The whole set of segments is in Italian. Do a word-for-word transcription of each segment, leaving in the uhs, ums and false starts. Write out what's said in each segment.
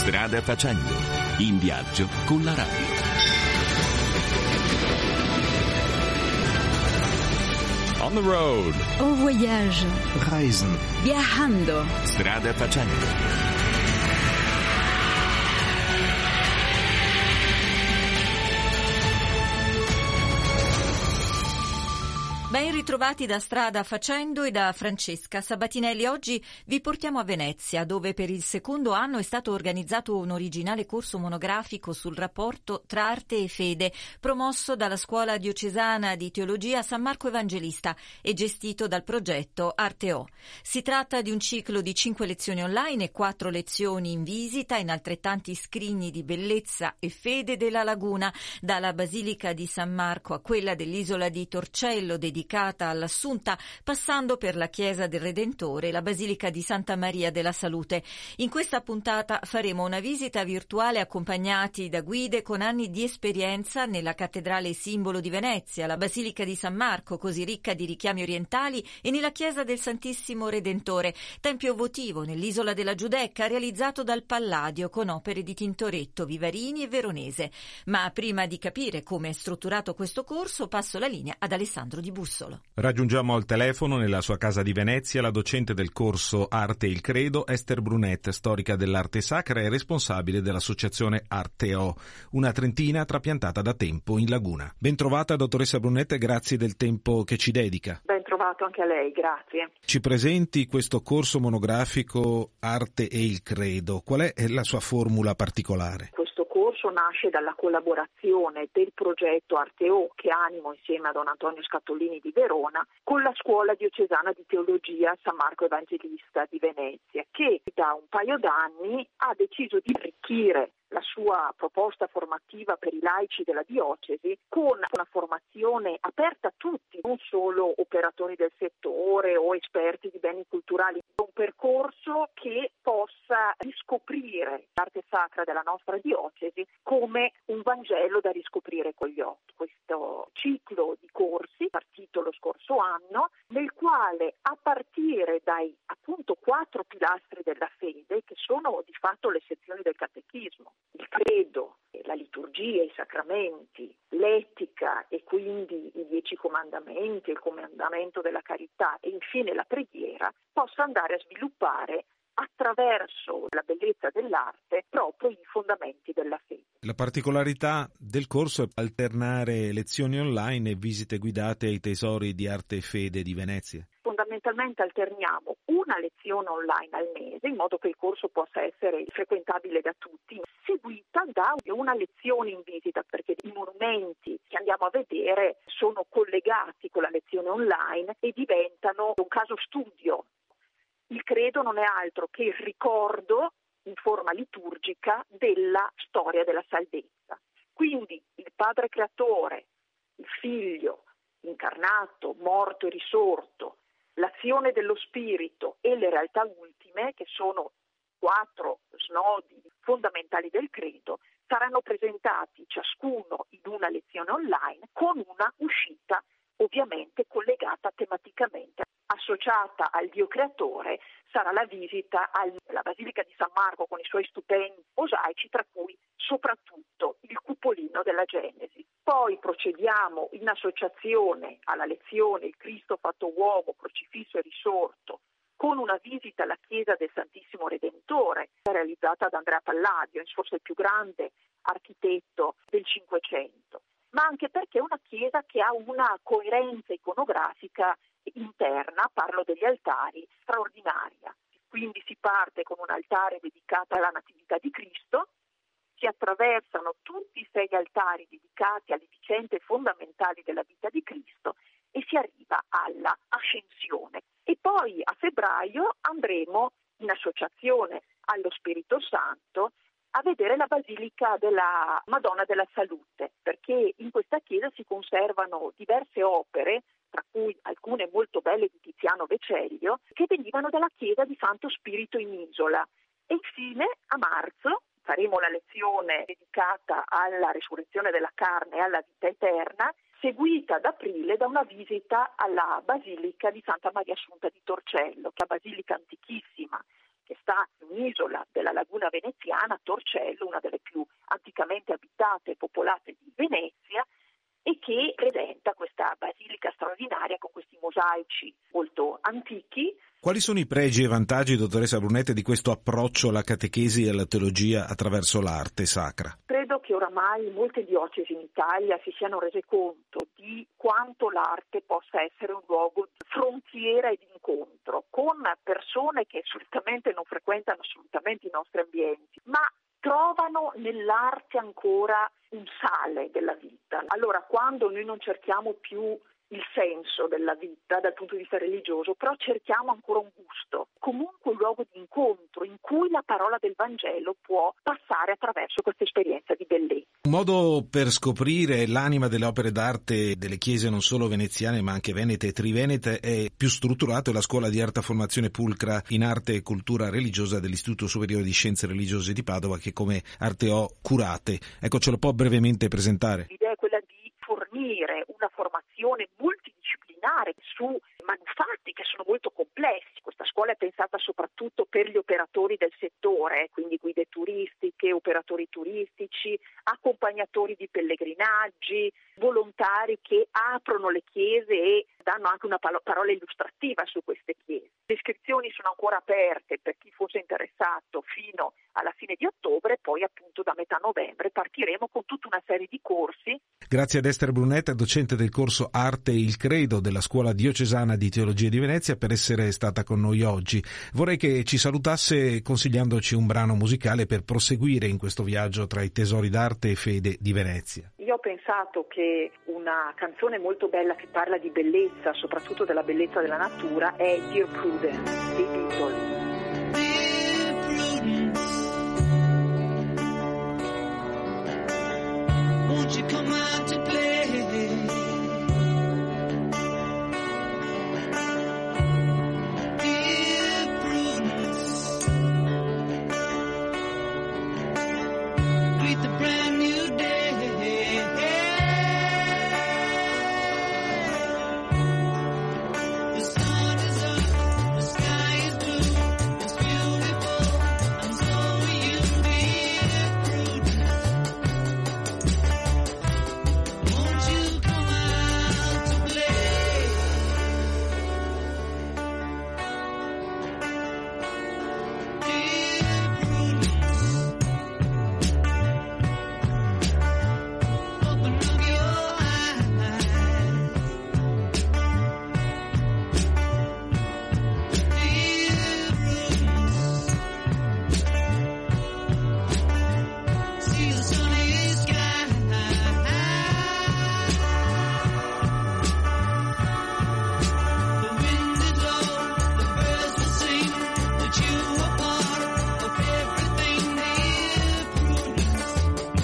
Strada facendo, in viaggio con la radio. On the road. Au voyage. Reisen. Viajando. Strada facendo. Ben ritrovati da Strada Facendo e da Francesca Sabatinelli. Oggi vi portiamo a Venezia, dove per il secondo anno è stato organizzato un originale corso monografico sul rapporto tra arte e fede, promosso dalla Scuola Diocesana di Teologia San Marco Evangelista e gestito dal progetto Arteo. Si tratta di un ciclo di cinque lezioni online e quattro lezioni in visita in altrettanti scrigni di bellezza e fede della laguna, dalla Basilica di San Marco a quella dell'isola di Torcello, dedicata all'Assunta, passando per la Chiesa del Redentore e la Basilica di Santa Maria della Salute. In questa puntata faremo una visita virtuale accompagnati da guide con anni di esperienza nella cattedrale simbolo di Venezia, la Basilica di San Marco, così ricca di richiami orientali, e nella Chiesa del Santissimo Redentore, tempio votivo nell'isola della Giudecca, realizzato dal Palladio con opere di Tintoretto, Vivarini e Veronese. Ma prima di capire come è strutturato questo corso, passo la linea ad Alessandro Di Bussolo. Raggiungiamo al telefono, nella sua casa di Venezia, la docente del corso Arte e il Credo, Esther Brunet, storica dell'arte sacra e responsabile dell'associazione Arteo, una trentina trapiantata da tempo in laguna. Bentrovata, dottoressa Brunet, e grazie del tempo che ci dedica. Ben trovato anche a lei, grazie. Ci presenti questo corso monografico Arte e il Credo. Qual è la sua formula particolare? Questo corso nasce dalla collaborazione del progetto Arteo, che animo insieme a Don Antonio Scattolini di Verona, con la Scuola Diocesana di Teologia San Marco Evangelista di Venezia, che da un paio d'anni ha deciso di arricchire la sua proposta formativa per i laici della diocesi con una formazione aperta a tutti, non solo operatori del settore o esperti di beni culturali, un percorso che possa riscoprire l'arte sacra della nostra diocesi come un Vangelo da riscoprire con gli occhi. Questo ciclo di corsi, partito lo scorso anno, nel quale a partire dai appunto quattro pilastri della fede, che sono di fatto le sezioni del catechismo, il credo, la liturgia, i sacramenti, l'etica e quindi i dieci comandamenti, il comandamento della carità e infine la preghiera, possa andare a sviluppare attraverso la bellezza dell'arte proprio i fondamenti della fede. La particolarità del corso è alternare lezioni online e visite guidate ai tesori di arte e fede di Venezia. Fondamentalmente alterniamo una lezione online al mese in modo che il corso possa essere frequentabile da tutti, seguita da una lezione in visita, perché i monumenti che andiamo a vedere sono collegati con la lezione online e diventano un caso studio. Il credo non è altro che il ricordo in forma liturgica della storia della salvezza. Quindi il Padre Creatore, il Figlio incarnato, morto e risorto, l'azione dello Spirito e le realtà ultime, che sono quattro snodi fondamentali del credo, saranno presentati ciascuno in una lezione online con una uscita ovviamente collegata tematicamente. Associata al Dio Creatore sarà la visita alla Basilica di San Marco con i suoi stupendi mosaici, tra cui soprattutto il cupolino della Genesi. Poi procediamo in associazione alla lezione Il Cristo fatto uomo, crocifisso e risorto, con una visita alla chiesa del Santissimo Redentore, realizzata da Andrea Palladio, forse il più grande architetto del Cinquecento, ma anche perché è una chiesa che ha una coerenza iconografica interna, parlo degli altari, straordinaria. Quindi si parte con un altare dedicato alla Natività di Cristo, si attraversano tutti i sei altari dedicati alle vicende fondamentali della vita di Cristo e si arriva alla Ascensione. E poi a febbraio andremo in associazione allo Spirito Santo a vedere la Basilica della Madonna della Salute, perché in questa chiesa si conservano diverse opere, tra cui alcune molto belle di Tiziano Veceglio, che venivano dalla chiesa di Santo Spirito in Isola. E infine, a marzo, faremo la lezione dedicata alla risurrezione della carne e alla vita eterna, seguita ad aprile da una visita alla Basilica di Santa Maria Assunta di Torcello, che è una basilica antichissima, che sta in un'isola della laguna veneziana, Torcello, una delle più anticamente abitate e popolate di Venezia, e che presenta questa basilica straordinaria con questi mosaici molto antichi. Quali sono i pregi e vantaggi, dottoressa Brunet, di questo approccio alla catechesi e alla teologia attraverso l'arte sacra? Credo che oramai molte diocesi in Italia si siano rese conto di quanto l'arte possa essere un luogo di frontiera e di incontro con persone che solitamente non frequentano assolutamente i nostri ambienti, ma trovano nell'arte ancora un sale della vita. Allora, quando noi non cerchiamo più il senso della vita dal punto di vista religioso, però cerchiamo ancora un gusto, comunque un luogo di incontro in cui la parola del Vangelo può passare attraverso questa esperienza di bellezza. Un modo per scoprire l'anima delle opere d'arte delle chiese non solo veneziane ma anche venete e trivenete è più strutturato, è la Scuola di Alta Formazione Pulcra in Arte e Cultura Religiosa dell'Istituto Superiore di Scienze Religiose di Padova, che come Arteo curate. Ecco, ce lo può brevemente presentare? L'idea è quella di fornire una formazione multidisciplinare su manufatti che sono molto complessi. Questa scuola è pensata soprattutto per gli operatori del settore, quindi guide turistiche, operatori turistici, accompagnatori di pellegrinaggi, volontari che aprono le chiese e danno anche una parola illustrativa su queste chiese. Le iscrizioni sono ancora aperte per chi fosse interessato fino alla fine di ottobre, poi appunto da metà novembre partiremo con tutta una serie di corsi. Grazie ad Esther Brunet, docente del corso Arte e il Credo della Scuola Diocesana di Teologia di Venezia, per essere stata con noi oggi. Vorrei che ci salutasse consigliandoci un brano musicale per proseguire in questo viaggio tra i tesori d'arte e fede di Venezia. Io ho pensato che una canzone molto bella che parla di bellezza, soprattutto della bellezza della natura, è Dear Prudence dei Beatles. Won't you come out to play? Dear Prudence, greet the brand new day. The sun is up, the sky is blue, it's beautiful, and so are you, dear Prudence. Won't you come out to play? Dear Prudence, open up your eyes. Dear Prudence, see the sunny sky. The wind is low, the birds will sing, that you are part of everything, dear Prudence.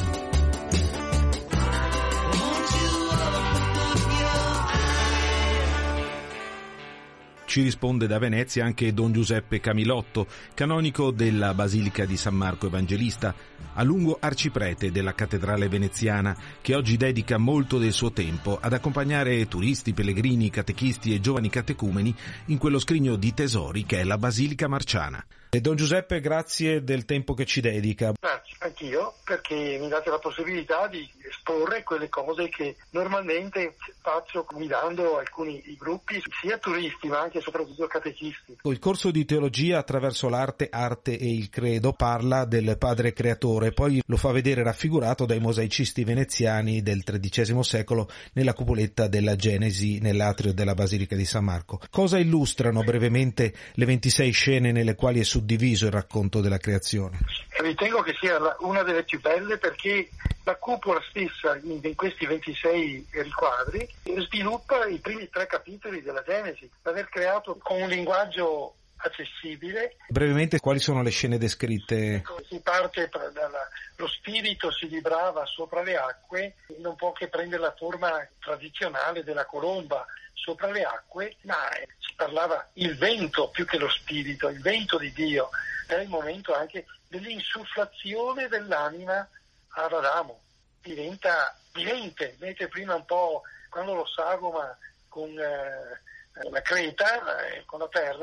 Won't you open up your eyes? Ci risponde da Venezia anche Don Giuseppe Camilotto, canonico della Basilica di San Marco Evangelista, a lungo arciprete della cattedrale veneziana, che oggi dedica molto del suo tempo ad accompagnare turisti, pellegrini, catechisti e giovani catecumeni in quello scrigno di tesori che è la Basilica Marciana. E Don Giuseppe, grazie del tempo che ci dedica. Grazie, anch'io, perché mi date la possibilità di esporre quelle cose che normalmente faccio guidando alcuni gruppi, sia turisti ma anche e soprattutto catechisti. Il corso di teologia attraverso l'arte, arte e il credo parla del Padre Creatore, poi lo fa vedere raffigurato dai mosaicisti veneziani del tredicesimo secolo nella cupoletta della Genesi nell'atrio della Basilica di San Marco. Cosa illustrano brevemente le ventisei scene nelle quali è suddiviso il racconto della creazione? Ritengo che sia una delle più belle perché la cupola stessa in questi ventisei riquadri sviluppa i primi tre capitoli della Genesi, l'aver creato con un linguaggio accessibile. Brevemente, quali sono le scene descritte? Si parte dalla, lo spirito si librava sopra le acque, non può che prendere la forma tradizionale della colomba sopra le acque, ma si parlava il vento più che lo spirito, il vento di Dio. Era il momento anche dell'insufflazione dell'anima ad Adamo. Diventa vivente, mentre prima un po' quando lo sagoma con eh, la creta, eh, con la terra,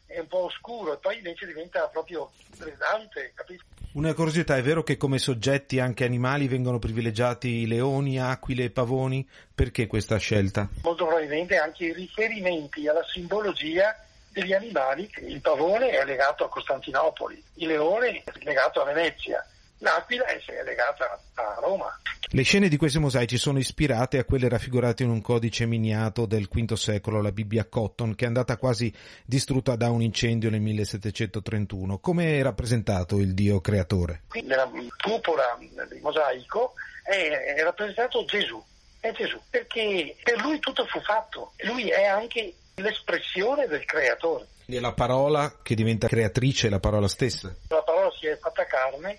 è un po' oscuro e poi invece diventa proprio brillante, capisci? Una curiosità, è vero che come soggetti anche animali vengono privilegiati leoni, aquile e pavoni? Perché questa scelta? Molto probabilmente anche i riferimenti alla simbologia degli animali. Il pavone è legato a Costantinopoli, il leone è legato a Venezia, l'aquila è legata a Roma. Le scene di questi mosaici sono ispirate a quelle raffigurate in un codice miniato del quinto secolo, la Bibbia Cotton, che è andata quasi distrutta da un incendio nel millesettecentotrentuno. Come è rappresentato il Dio creatore? Qui nella cupola del mosaico è, è rappresentato Gesù, è Gesù, perché per lui tutto fu fatto, lui è anche l'espressione del creatore. E la parola che diventa creatrice è la parola stessa. La parola si è fatta carne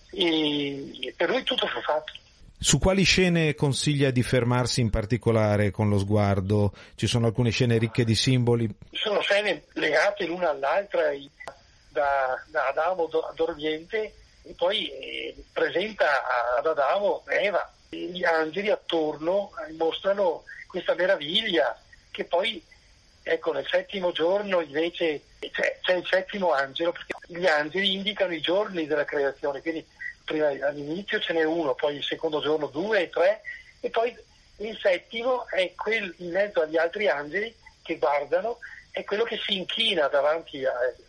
e per lui tutto fu fatto. Su quali scene consiglia di fermarsi in particolare con lo sguardo? Ci sono alcune scene ricche di simboli? Sono scene legate l'una all'altra, da, da Adamo ad Oriente, e poi eh, presenta ad Adamo Eva. Gli angeli attorno mostrano questa meraviglia che poi, ecco, nel settimo giorno invece c'è, c'è il settimo angelo, perché gli angeli indicano i giorni della creazione, quindi prima all'inizio ce n'è uno, poi il secondo giorno due e tre, e poi il settimo è quel in mezzo agli altri angeli che guardano, è quello che si inchina davanti a,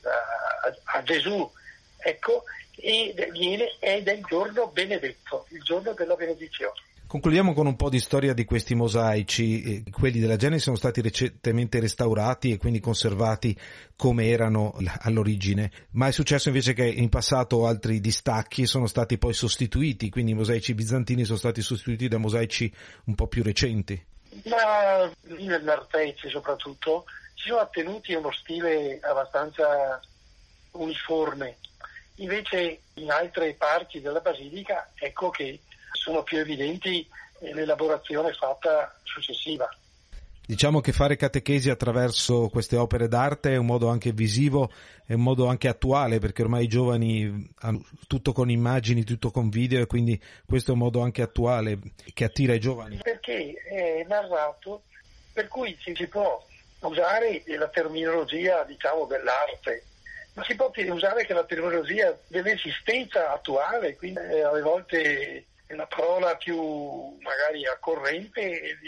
a, a Gesù, ecco, e viene, ed è il giorno benedetto, il giorno della benedizione. Concludiamo con un po' di storia di questi mosaici. Quelli della Genesi sono stati recentemente restaurati e quindi conservati come erano all'origine, ma è successo invece che in passato altri distacchi sono stati poi sostituiti, quindi i mosaici bizantini sono stati sostituiti da mosaici un po' più recenti. Ma lì nel Nartece soprattutto si sono attenuti a uno stile abbastanza uniforme, invece in altre parti della Basilica ecco che sono più evidenti l'elaborazione fatta successiva. Diciamo che fare catechesi attraverso queste opere d'arte è un modo anche visivo, è un modo anche attuale, perché ormai i giovani hanno tutto con immagini, tutto con video, e quindi questo è un modo anche attuale che attira i giovani. Perché è narrato, per cui si, si può usare la terminologia, diciamo, dell'arte, ma si può usare anche la terminologia dell'esistenza attuale, quindi eh, alle volte è una parola più magari accorrente,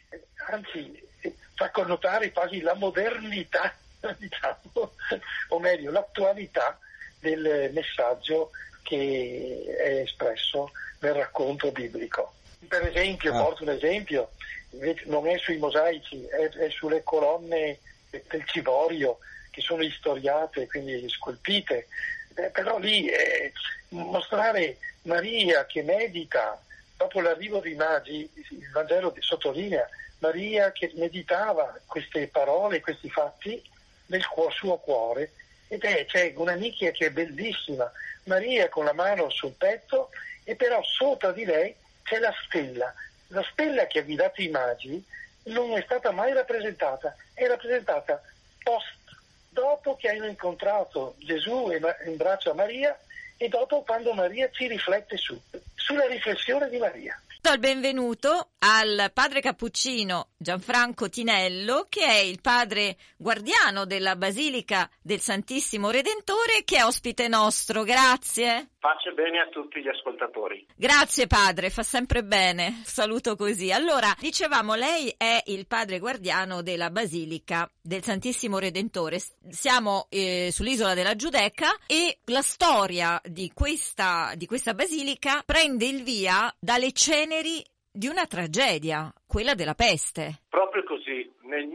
anzi fa connotare quasi la modernità, diciamo, o meglio l'attualità del messaggio che è espresso nel racconto biblico. Per esempio, ah. porto un esempio, non è sui mosaici, è, è sulle colonne del ciborio che sono istoriate, quindi scolpite, eh, però lì eh, mostrare Maria che medita, dopo l'arrivo dei magi, il Vangelo sottolinea Maria che meditava queste parole, questi fatti nel suo cuore, ed è, c'è una nicchia che è bellissima, Maria con la mano sul petto e però sopra di lei c'è la stella, la stella che ha guidato i magi non è stata mai rappresentata, è rappresentata post, dopo che hanno incontrato Gesù in braccio a Maria, e dopo quando Maria ci riflette su, sulla riflessione di Maria. Do il benvenuto al padre cappuccino Gianfranco Tinello, che è il padre guardiano della Basilica del Santissimo Redentore, che è ospite nostro. Grazie. Pace bene a tutti gli ascoltatori. Grazie padre, fa sempre bene, saluto così. Allora, dicevamo, lei è il padre guardiano della Basilica del Santissimo Redentore. Siamo eh, sull'isola della Giudecca e la storia di questa, di questa basilica prende il via dalle ceneri di una tragedia, quella della peste. Proprio così. Nel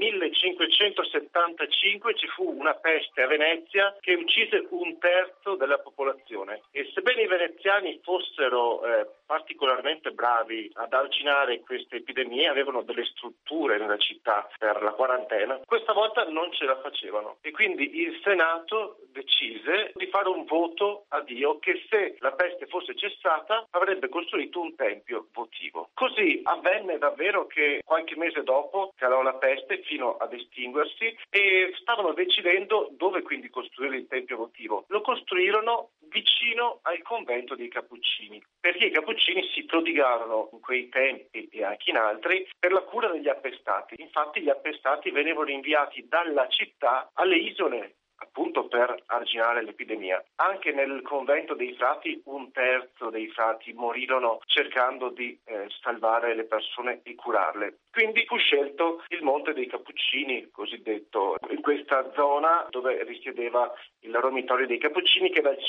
millecinquecentosettantacinque ci fu una peste a Venezia che uccise un terzo della popolazione, e sebbene i veneziani fossero eh, particolarmente bravi ad arginare queste epidemie, avevano delle strutture nella città per la quarantena, questa volta non ce la facevano, e quindi il Senato decise di fare un voto a Dio che, se la peste fosse cessata, avrebbe costruito un tempio votivo. Così avvenne davvero che qualche mese dopo calò la peste fino ad estinguersi, e stavano decidendo dove quindi costruire il tempio votivo. Lo costruirono vicino al convento dei Cappuccini, perché i Cappuccini si prodigarono in quei tempi e anche in altri per la cura degli appestati. Infatti gli appestati venivano inviati dalla città alle isole appunto per arginare l'epidemia. Anche nel convento dei frati un terzo dei frati morirono cercando di eh, salvare le persone e curarle. Quindi fu scelto il Monte dei Cappuccini, cosiddetto, in questa zona dove risiedeva il dormitorio dei Cappuccini, che dal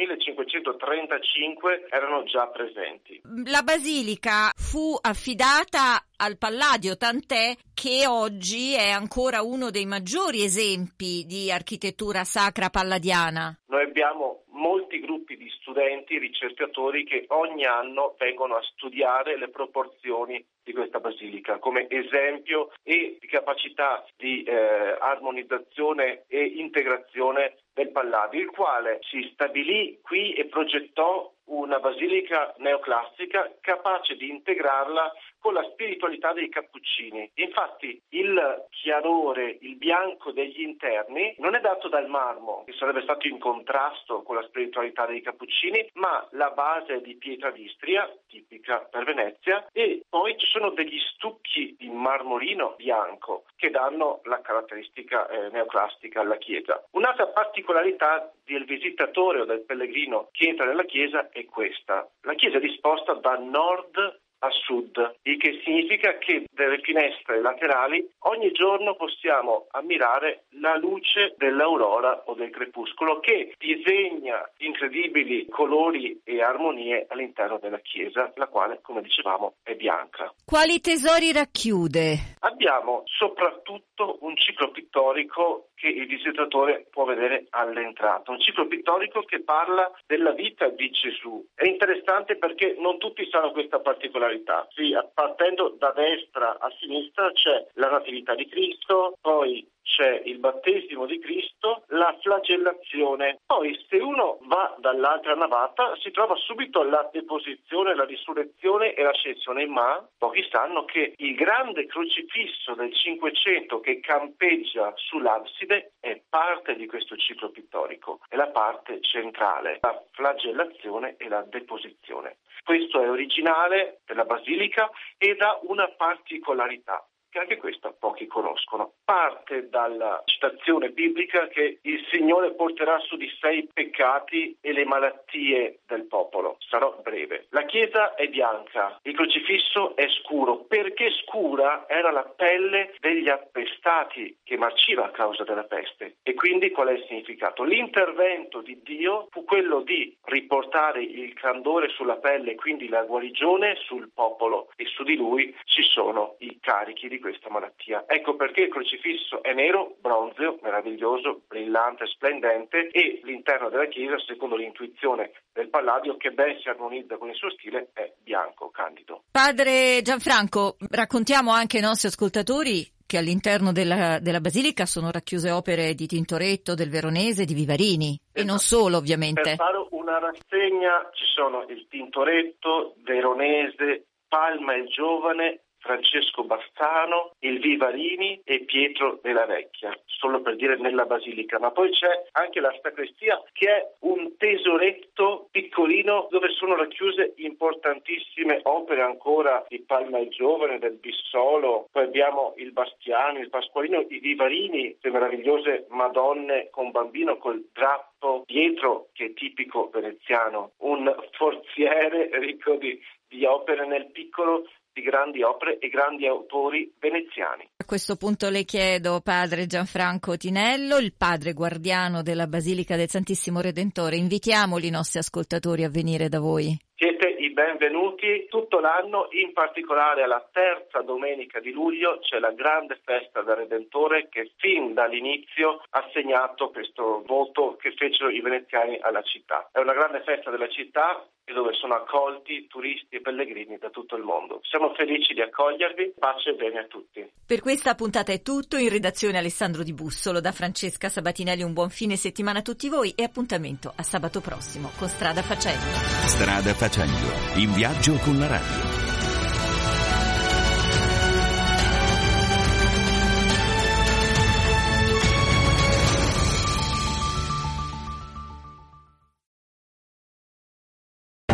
millecinquecentotrentacinque erano già presenti. La basilica fu affidata al Palladio, tant'è che oggi è ancora uno dei maggiori esempi di architettura sacra palladiana. Noi abbiamo molti gruppi di studenti e ricercatori che ogni anno vengono a studiare le proporzioni di questa basilica come esempio e di capacità di eh, armonizzazione e integrazione del Palladio, il quale si stabilì qui e progettò una basilica neoclassica capace di integrarla con la spiritualità dei Cappuccini. Infatti il chiarore, il bianco degli interni non è dato dal marmo, che sarebbe stato in contrasto con la spiritualità dei Cappuccini, ma la base di pietra d'Istria, tipica per Venezia, e poi ci sono degli stucchi in marmorino bianco che danno la caratteristica eh, neoclassica alla chiesa. Un'altra particolarità del visitatore o del pellegrino che entra nella chiesa è questa. La chiesa è disposta da nord a sud, il che significa che dalle finestre laterali ogni giorno possiamo ammirare la luce dell'aurora o del crepuscolo che disegna incredibili colori e armonie all'interno della chiesa, la quale, come dicevamo, è bianca. Quali tesori racchiude? Abbiamo soprattutto un ciclo pittorico che il visitatore può vedere all'entrata, un ciclo pittorico che parla della vita di Gesù. È interessante perché non tutti sanno questa particolarità. Sì, partendo da destra a sinistra c'è la Natività di Cristo, poi c'è il battesimo di Cristo, la flagellazione. Poi se uno va dall'altra navata si trova subito la deposizione, la risurrezione e l'ascensione, ma pochi sanno che il grande crocifisso del Cinquecento che campeggia sull'abside è parte di questo ciclo pittorico, è la parte centrale, la flagellazione e la deposizione. Questo è originale della basilica ed ha una particolarità che anche questa pochi conoscono. Parte dalla citazione biblica che il Signore porterà su di sé i peccati e le malattie del popolo. Sarò breve. La chiesa è bianca, il crocifisso è scuro. Perché scura? Era la pelle degli appestati che marciva a causa della peste. E quindi qual è il significato? L'intervento di Dio fu quello di riportare il candore sulla pelle, quindi la guarigione sul popolo, e su di lui ci sono i carichi di questa malattia. Ecco perché il crocifisso è nero, bronzeo, meraviglioso, brillante, splendente, e l'interno della chiesa, secondo l'intuizione del Palladio, che ben si armonizza con il suo stile, è bianco, candido. Padre Gianfranco, raccontiamo anche ai nostri ascoltatori che all'interno della, della basilica sono racchiuse opere di Tintoretto, del Veronese, di Vivarini, esatto. E non solo, ovviamente. Per fare una rassegna ci sono il Tintoretto, Veronese, Palma il Giovane, Francesco Bassano, il Vivarini e Pietro della Vecchia, solo per dire nella basilica. Ma poi c'è anche la sacrestia, che è un tesoretto piccolino dove sono racchiuse importantissime opere ancora di Palma il Giovane, del Bissolo. Poi abbiamo il Bastiano, il Pasqualino, i Vivarini, le meravigliose Madonne con bambino col drappo dietro, che è tipico veneziano, un forziere ricco di, di opere nel piccolo, di grandi opere e grandi autori veneziani. A questo punto le chiedo, padre Gianfranco Tinello, il padre guardiano della Basilica del Santissimo Redentore, invitiamoli i nostri ascoltatori a venire da voi. Siete i benvenuti tutto l'anno, in particolare alla terza domenica di luglio c'è la grande festa del Redentore che fin dall'inizio ha segnato questo voto che fecero i veneziani alla città. È una grande festa della città e dove sono accolti turisti e pellegrini da tutto il mondo. Siamo felici di accogliervi, pace e bene a tutti. Per questa puntata è tutto, in redazione Alessandro Di Bussolo, da Francesca Sabatinelli un buon fine settimana a tutti voi e appuntamento a sabato prossimo con Strada Facendo. Strada Facendo, in viaggio con la radio.